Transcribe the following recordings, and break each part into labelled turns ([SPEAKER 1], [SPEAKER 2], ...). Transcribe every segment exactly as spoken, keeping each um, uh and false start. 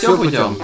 [SPEAKER 1] Все путем.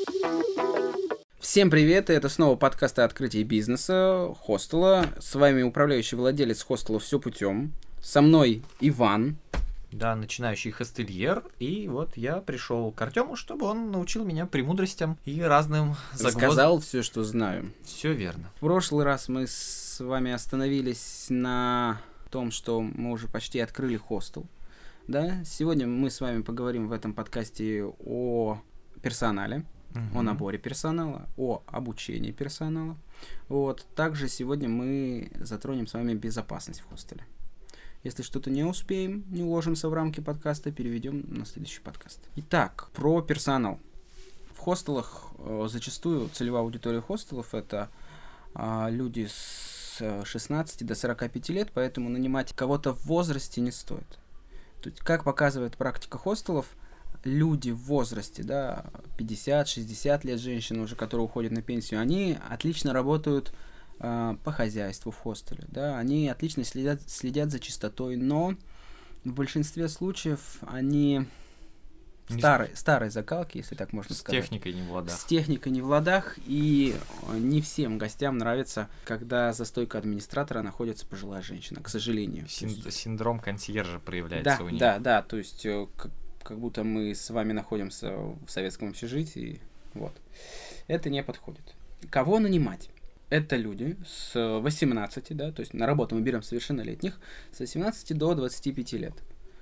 [SPEAKER 2] Всем привет, и это снова подкаст о открытии бизнеса, хостела. С вами управляющий владелец хостела «Все путем». Со мной Иван.
[SPEAKER 1] Да, начинающий хостельер. И вот я пришел к Артему, чтобы он научил меня премудростям и разным загвоздкам.
[SPEAKER 2] Рассказал все, что знаю.
[SPEAKER 1] Все верно.
[SPEAKER 2] В прошлый раз мы с вами остановились на том, что мы уже почти открыли хостел. Да? Сегодня мы с вами поговорим в этом подкасте о персонале, угу. о наборе персонала, о обучении персонала. Вот. Также сегодня мы затронем с вами безопасность в хостеле. Если что-то не успеем, не уложимся в рамки подкаста, переведем на следующий подкаст. Итак, про персонал. В хостелах э, зачастую целевая аудитория хостелов это э, люди с шестнадцати до сорока пяти лет, поэтому нанимать кого-то в возрасте не стоит. То есть, как показывает практика хостелов, люди в возрасте, да, пятьдесят-шестьдесят лет, женщины уже, которые уходят на пенсию, они отлично работают э, по хозяйству в хостеле, да, они отлично следят, следят за чистотой, но в большинстве случаев они старые, старые закалки, если так можно
[SPEAKER 1] с
[SPEAKER 2] сказать.
[SPEAKER 1] С техникой не в ладах.
[SPEAKER 2] С техникой не в ладах, и не всем гостям нравится, когда за стойкой администратора находится пожилая женщина, к сожалению.
[SPEAKER 1] Син- есть... Синдром консьержа проявляется
[SPEAKER 2] да,
[SPEAKER 1] у них.
[SPEAKER 2] Да, да, то есть как, как будто мы с вами находимся в советском общежитии, вот. Это не подходит. Кого нанимать? Это люди с восемнадцати, да, то есть на работу мы берем совершеннолетних, с восемнадцати до двадцати пяти лет.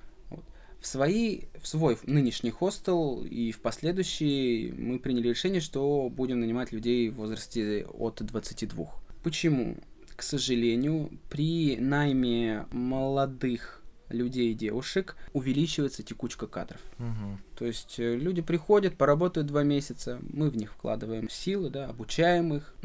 [SPEAKER 2] В, свои, в свой нынешний хостел и в последующий мы приняли решение, что будем нанимать людей в возрасте от двадцати двух. Почему? К сожалению, при найме молодых людей и девушек увеличивается текучка кадров.
[SPEAKER 1] Угу.
[SPEAKER 2] То есть люди приходят, поработают два месяца, мы в них вкладываем силы, да, обучаем их,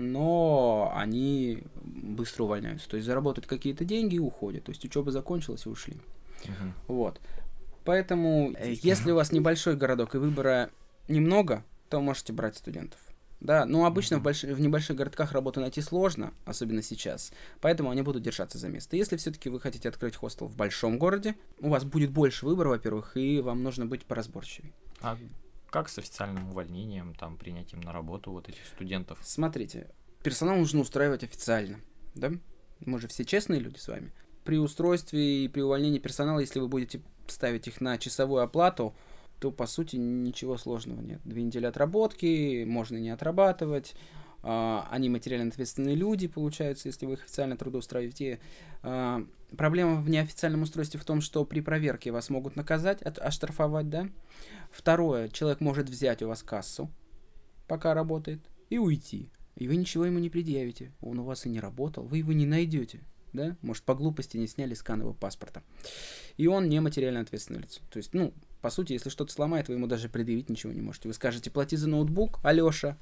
[SPEAKER 2] но они быстро увольняются. То есть заработают какие-то деньги и уходят. То есть учеба закончилась и ушли. Угу. Вот. Поэтому, если у вас небольшой городок и выбора немного, то можете брать студентов. Да, но обычно mm-hmm. в, больш... в небольших городках работу найти сложно, особенно сейчас, поэтому они будут держаться за место. Если все-таки вы хотите открыть хостел в большом городе, у вас будет больше выбора, во-первых, и вам нужно быть поразборчивее.
[SPEAKER 1] А как с официальным увольнением, там, принятием на работу вот этих студентов?
[SPEAKER 2] Смотрите, персонал нужно устраивать официально, да? Мы же все честные люди с вами. При устройстве и при увольнении персонала, если вы будете ставить их на часовую оплату, то, по сути, ничего сложного нет. Две недели отработки, можно не отрабатывать. А, они материально ответственные люди, получаются, если вы их официально трудоустраиваете. А, проблема в неофициальном устройстве в том, что при проверке вас могут наказать, от, оштрафовать, да. Второе, человек может взять у вас кассу, пока работает, и уйти. И вы ничего ему не предъявите. Он у вас и не работал, вы его не найдете. Да? Может, по глупости не сняли скан его паспорта. И он не материально ответственное лицо. То есть, ну, по сути, если что-то сломает, вы ему даже предъявить ничего не можете. Вы скажете, плати за ноутбук, Алёша.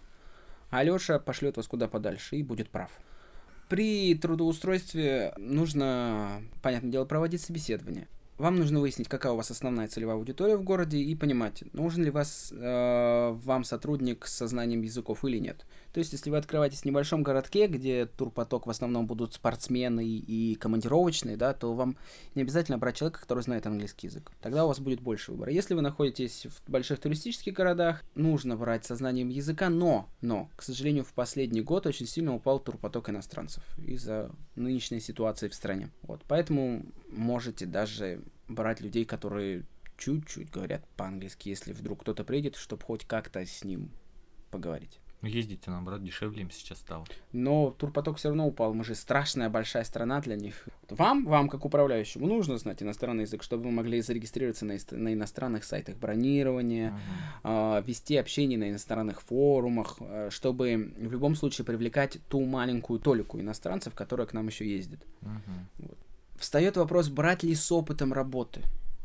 [SPEAKER 2] Алёша пошлет вас куда подальше и будет прав. При трудоустройстве нужно, понятное дело, проводить собеседование. Вам нужно выяснить, какая у вас основная целевая аудитория в городе и понимать, нужен ли вас, э, вам сотрудник со знанием языков или нет. То есть, если вы открываетесь в небольшом городке, где турпоток в основном будут спортсмены и командировочные, да, то вам не обязательно брать человека, который знает английский язык. Тогда у вас будет больше выбора. Если вы находитесь в больших туристических городах, нужно брать со знанием языка, но, но, к сожалению, в последний год очень сильно упал турпоток иностранцев из-за нынешней ситуации в стране. Вот, поэтому можете даже брать людей, которые чуть-чуть говорят по-английски, если вдруг кто-то приедет, чтобы хоть как-то с ним поговорить.
[SPEAKER 1] Ездите, наоборот, дешевле им сейчас стало.
[SPEAKER 2] Но турпоток все равно упал. Мы же страшная большая страна для них. Вам, вам как управляющему, нужно знать иностранный язык, чтобы вы могли зарегистрироваться на, на иностранных сайтах бронирования, uh-huh. э, вести общение на иностранных форумах, э, чтобы в любом случае привлекать ту маленькую толику иностранцев, которая к нам еще ездит. Uh-huh. Вот. Встает вопрос, брать ли с опытом работы.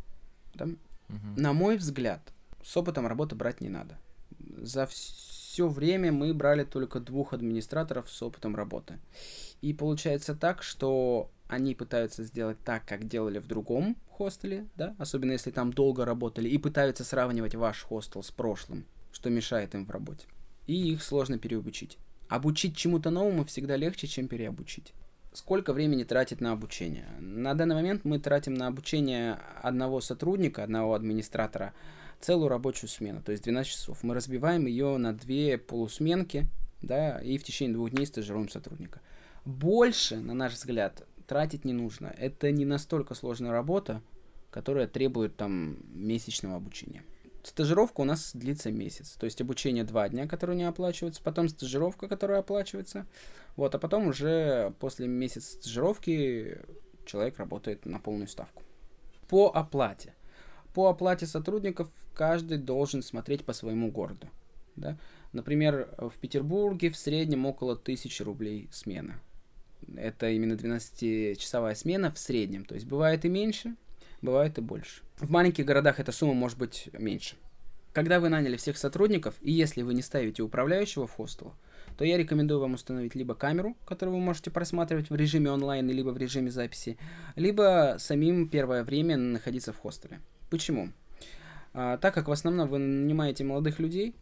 [SPEAKER 2] Да? Uh-huh. На мой взгляд, с опытом работы брать не надо. За все время мы брали только двух администраторов с опытом работы. И получается так, что они пытаются сделать так, как делали в другом хостеле, да, особенно если там долго работали, и пытаются сравнивать ваш хостел с прошлым, что мешает им в работе. И их сложно переобучить. Обучить чему-то новому всегда легче, чем переобучить. Сколько времени тратить на обучение? На данный момент мы тратим на обучение одного сотрудника, одного администратора целую рабочую смену, то есть двенадцать часов. Мы разбиваем ее на две полусменки, да, и в течение двух дней стажируем сотрудника. Больше, на наш взгляд, тратить не нужно. Это не настолько сложная работа, которая требует там месячного обучения. Стажировка у нас длится месяц, то есть обучение два дня, которое не оплачивается, потом стажировка, которая оплачивается, вот, а потом уже после месяца стажировки человек работает на полную ставку. По оплате. По оплате сотрудников каждый должен смотреть по своему городу. Да? Например, в Петербурге в среднем около тысячи рублей смена. Это именно двенадцатичасовая смена в среднем. То есть бывает и меньше, бывает и больше. В маленьких городах эта сумма может быть меньше. Когда вы наняли всех сотрудников, и если вы не ставите управляющего в хостел, то я рекомендую вам установить либо камеру, которую вы можете просматривать в режиме онлайн, либо в режиме записи, либо самим первое время находиться в хостеле. Почему? А, так как в основном вы нанимаете молодых людей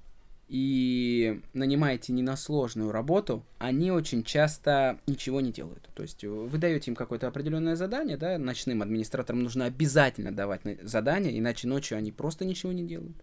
[SPEAKER 2] и нанимаете не на сложную работу, они очень часто ничего не делают. То есть вы даете им какое-то определенное задание, да, ночным администраторам нужно обязательно давать задание, иначе ночью они просто ничего не делают.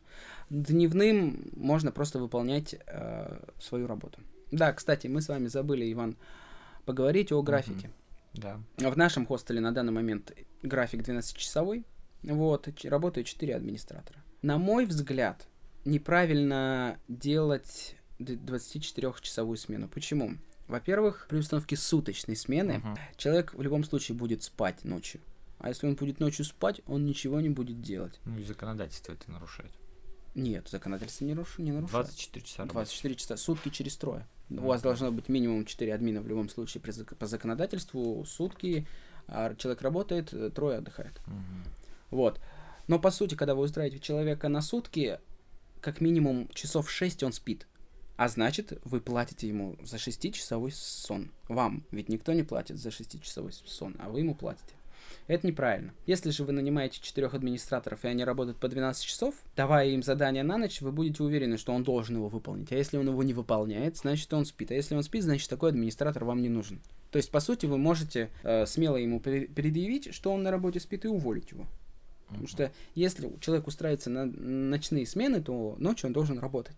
[SPEAKER 2] Дневным можно просто выполнять э, свою работу. Да, кстати, мы с вами забыли, Иван, поговорить о графике.
[SPEAKER 1] Mm-hmm. Да.
[SPEAKER 2] В нашем хостеле на данный момент график двенадцатичасовой, вот, работают четыре администратора. На мой взгляд, неправильно делать двадцатичетырёхчасовую смену. Почему? Во-первых, при установке суточной смены uh-huh. человек в любом случае будет спать ночью. А если он будет ночью спать, он ничего не будет делать.
[SPEAKER 1] Ну и законодательство это нарушает.
[SPEAKER 2] Нет, законодательство не, руш... не нарушает.
[SPEAKER 1] двадцать четыре часа.
[SPEAKER 2] двадцать четыре часа, сутки через трое.
[SPEAKER 1] Uh-huh.
[SPEAKER 2] У вас должно быть минимум четыре админа в любом случае при... по законодательству, сутки, а человек работает, трое отдыхает.
[SPEAKER 1] Uh-huh.
[SPEAKER 2] Вот. Но по сути, когда вы устраиваете человека на сутки, как минимум часов шесть он спит. А значит, вы платите ему за шестичасовой сон. Вам, ведь никто не платит за шестичасовой сон, а вы ему платите. Это неправильно. Если же вы нанимаете четырех администраторов, и они работают по двенадцать часов, давая им задание на ночь, вы будете уверены, что он должен его выполнить. А если он его не выполняет, значит, он спит. А если он спит, значит, такой администратор вам не нужен. То есть, по сути, вы можете э, смело ему предъявить, что он на работе спит, и уволить его. Потому что если человек устраивается на ночные смены, то ночью он должен работать.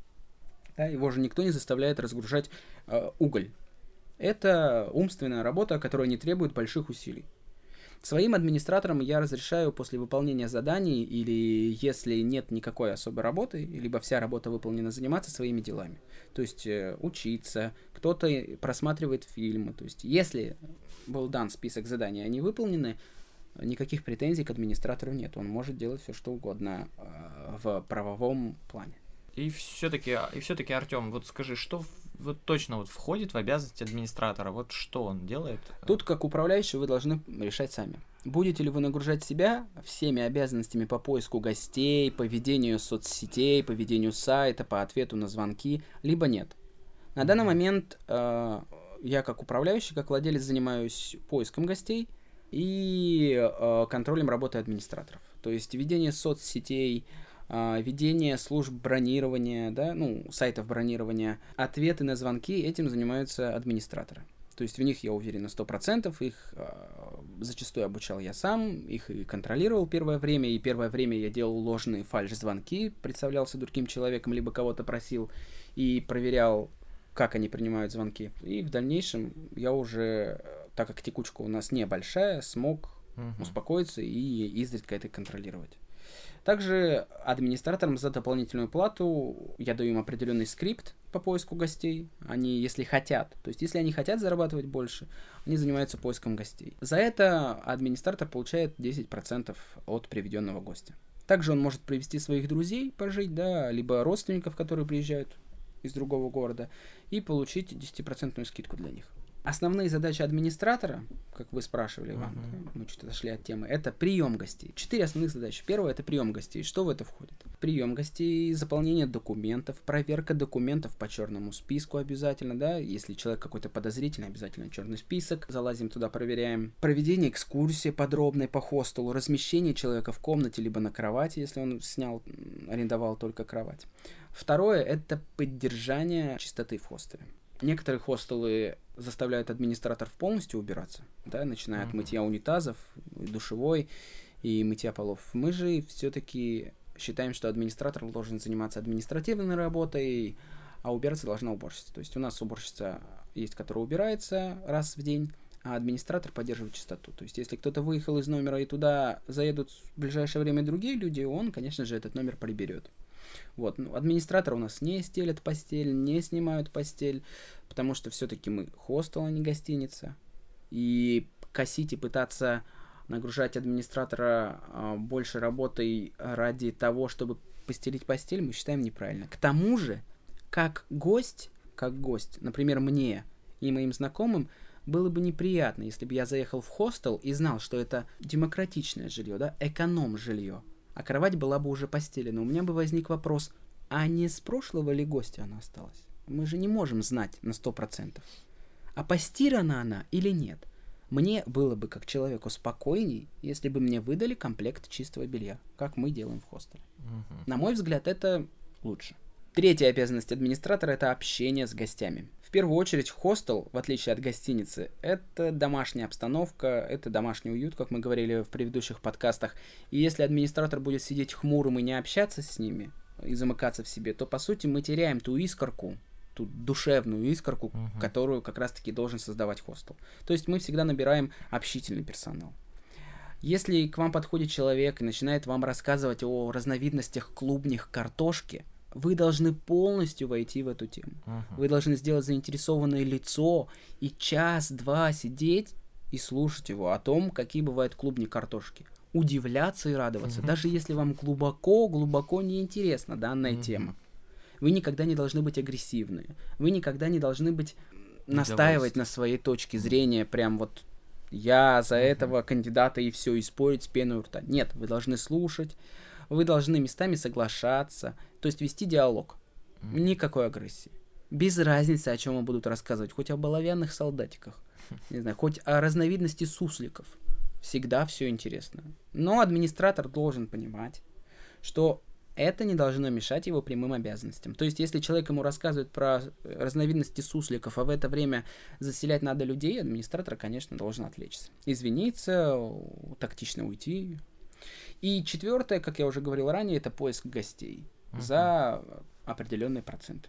[SPEAKER 2] Да, его же никто не заставляет разгружать э, уголь. Это умственная работа, которая не требует больших усилий. Своим администраторам я разрешаю после выполнения заданий или если нет никакой особой работы, либо вся работа выполнена, заниматься своими делами. То есть э, учиться, кто-то просматривает фильмы. То есть если был дан список заданий, они выполнены, никаких претензий к администратору нет. Он может делать все, что угодно э, в правовом плане.
[SPEAKER 1] И все-таки, и все-таки, Артем, вот скажи, что вот точно вот входит в обязанности администратора? Вот что он делает?
[SPEAKER 2] Тут, как управляющий, вы должны решать сами. Будете ли вы нагружать себя всеми обязанностями по поиску гостей, по ведению соцсетей, по ведению сайта, по ответу на звонки, либо нет. На данный момент э, я, как управляющий, как владелец, занимаюсь поиском гостей и э, контролем работы администраторов. То есть ведение соцсетей, э, ведение служб бронирования, да, ну, сайтов бронирования, ответы на звонки, этим занимаются администраторы. То есть в них я уверен на сто процентов, их э, зачастую обучал я сам, их и контролировал первое время, и первое время я делал ложные фальш-звонки, представлялся другим человеком, либо кого-то просил и проверял, как они принимают звонки. И в дальнейшем я уже, так как текучка у нас небольшая, смог uh-huh. успокоиться и изредка это контролировать. Также администраторам за дополнительную плату я даю им определенный скрипт по поиску гостей. Они, если хотят, то есть если они хотят зарабатывать больше, они занимаются поиском гостей. За это администратор получает десять процентов от приведенного гостя. Также он может привести своих друзей пожить, да, либо родственников, которые приезжают из другого города, и получить десятипроцентную скидку для них. Основные задачи администратора, как вы спрашивали, Иван, uh-huh. мы чуть отошли от темы, это прием гостей. Четыре основных задачи. Первое — это прием гостей. Что в это входит? Прием гостей, заполнение документов, проверка документов по черному списку обязательно, да, если человек какой-то подозрительный, обязательно черный список, залазим туда, проверяем. Проведение экскурсии подробной по хостелу, размещение человека в комнате, либо на кровати, если он снял, арендовал только кровать. Второе — это поддержание чистоты в хостеле. Некоторые хостелы заставляют администраторов полностью убираться, да, начиная от мытья унитазов, душевой и мытья полов. Мы же все-таки считаем, что администратор должен заниматься административной работой, а убираться должна уборщица. То есть у нас уборщица есть, которая убирается раз в день, а администратор поддерживает чистоту. То есть если кто-то выехал из номера и туда заедут в ближайшее время другие люди, он, конечно же, этот номер приберет. Вот. Ну, администраторы у нас не стелят постель, не снимают постель, потому что все-таки мы хостел, а не гостиница. И косить и пытаться нагружать администратора а, больше работой ради того, чтобы постелить постель, мы считаем неправильно. К тому же, как гость, как гость, например, мне и моим знакомым, было бы неприятно, если бы я заехал в хостел и знал, что это демократичное жилье, да, эконом-жилье, а кровать была бы уже постелена. У меня бы возник вопрос, а не с прошлого ли гостя она осталась? Мы же не можем знать на сто процентов. А постирана она или нет? Мне было бы, как человеку, спокойней, если бы мне выдали комплект чистого белья, как мы делаем в хостеле. Угу. На мой взгляд, это лучше. Третья обязанность администратора – это общение с гостями. В первую очередь, хостел, в отличие от гостиницы, это домашняя обстановка, это домашний уют, как мы говорили в предыдущих подкастах. И если администратор будет сидеть хмурым и не общаться с ними, и замыкаться в себе, то, по сути, мы теряем ту искорку, ту душевную искорку, uh-huh. которую как раз-таки должен создавать хостел. То есть мы всегда набираем общительный персонал. Если к вам подходит человек и начинает вам рассказывать о разновидностях клубних картошки, вы должны полностью войти в эту тему. Uh-huh. Вы должны сделать заинтересованное лицо и час-два сидеть и слушать его о том, какие бывают клубни картошки. Удивляться и радоваться, uh-huh. даже если вам глубоко-глубоко неинтересна данная uh-huh. тема. Вы никогда не должны быть агрессивны. Вы никогда не должны быть настаивать на своей точке зрения, прям вот я за uh-huh. этого кандидата и все, и спорить с пеной у рта. Нет, вы должны слушать, вы должны местами соглашаться, то есть вести диалог. Mm. Никакой агрессии. Без разницы, о чем вам будут рассказывать. Хоть о оловянных солдатиках, не знаю, хоть о разновидности сусликов. Всегда все интересно. Но администратор должен понимать, что это не должно мешать его прямым обязанностям. То есть, если человек ему рассказывает про разновидности сусликов, а в это время заселять надо людей, администратор, конечно, должен отвлечься. Извиниться, тактично уйти. И четвертое, как я уже говорил ранее, это поиск гостей uh-huh. за определенные проценты.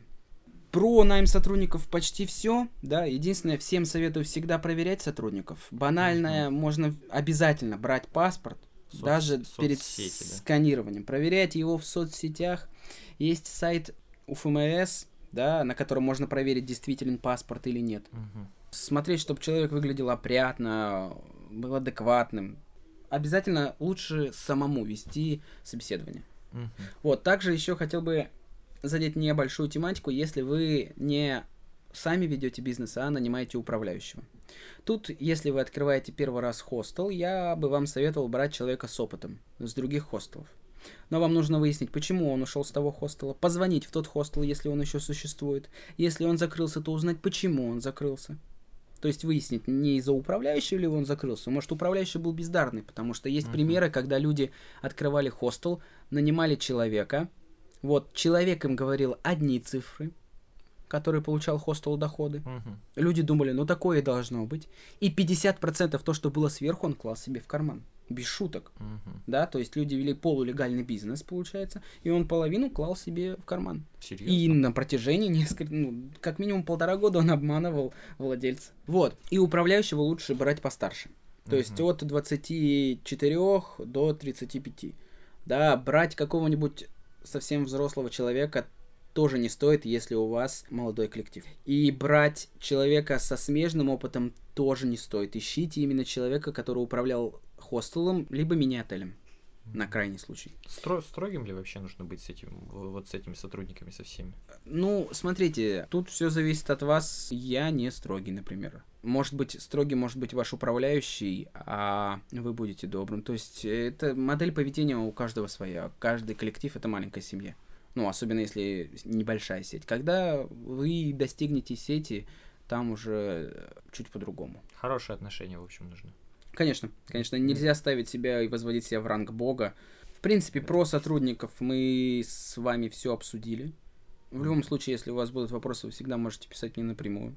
[SPEAKER 2] Про найм сотрудников почти все, да, единственное, всем советую всегда проверять сотрудников. Банальное, uh-huh. можно обязательно брать паспорт, Соц... даже перед соцсети, да? сканированием, проверять его в соцсетях. Есть сайт У Эф Эм Эс, да, на котором можно проверить, действителен паспорт или нет. Uh-huh. Смотреть, чтобы человек выглядел опрятно, был адекватным. Обязательно лучше самому вести собеседование. Uh-huh. Вот, также еще хотел бы задеть небольшую тематику, если вы не сами ведете бизнес, а нанимаете управляющего. Тут, если вы открываете первый раз хостел, я бы вам советовал брать человека с опытом, с других хостелов. Но вам нужно выяснить, почему он ушел с того хостела, позвонить в тот хостел, если он еще существует. Если он закрылся, то узнать, почему он закрылся. То есть выяснить, не из-за управляющего ли он закрылся. Может, управляющий был бездарный, потому что есть uh-huh. примеры, когда люди открывали хостел, нанимали человека. Вот, человек им говорил одни цифры, который получал хостел доходы. Uh-huh. Люди думали, ну такое и должно быть. И пятьдесят процентов то, что было сверху, он клал себе в карман. Без шуток. Uh-huh. Да, то есть люди вели полулегальный бизнес, получается, и он половину клал себе в карман.
[SPEAKER 1] Серьезно?
[SPEAKER 2] И на протяжении нескольких, ну, как минимум полтора года он обманывал владельца. Вот. И управляющего лучше брать постарше. То uh-huh. есть от двадцати четырёх до тридцати пяти. Да, брать какого-нибудь совсем взрослого человека тоже не стоит, если у вас молодой коллектив. И брать человека со смежным опытом тоже не стоит. Ищите именно человека, который управлял хостелом, либо мини-отелем, на крайний случай.
[SPEAKER 1] Стро- строгим ли вообще нужно быть с этим, вот с этими сотрудниками, со всеми?
[SPEAKER 2] Ну, смотрите, тут все зависит от вас. Я не строгий, например. Может быть, строгий может быть ваш управляющий, а вы будете добрым. То есть, это модель поведения у каждого своя. Каждый коллектив — это маленькая семья. Ну, особенно если небольшая сеть. Когда вы достигнете сети, там уже чуть по-другому.
[SPEAKER 1] Хорошие отношения, в общем, нужны.
[SPEAKER 2] Конечно, конечно, нельзя ставить себя и возводить себя в ранг бога. В принципе, про сотрудников мы с вами все обсудили. В любом случае, если у вас будут вопросы, вы всегда можете писать мне напрямую.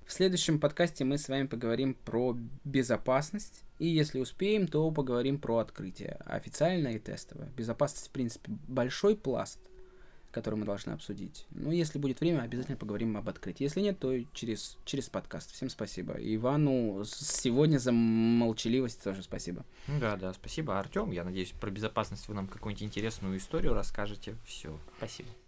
[SPEAKER 2] В следующем подкасте мы с вами поговорим про безопасность. И если успеем, то поговорим про открытие. Официальное и тестовое. Безопасность, в принципе, большой пласт, который мы должны обсудить. Ну, если будет время, обязательно поговорим об открытии. Если нет, то через, через подкаст. Всем спасибо. Ивану сегодня за молчаливость тоже спасибо.
[SPEAKER 1] Да, да, спасибо, Артем. Я надеюсь, про безопасность вы нам какую-нибудь интересную историю расскажете. Все, спасибо.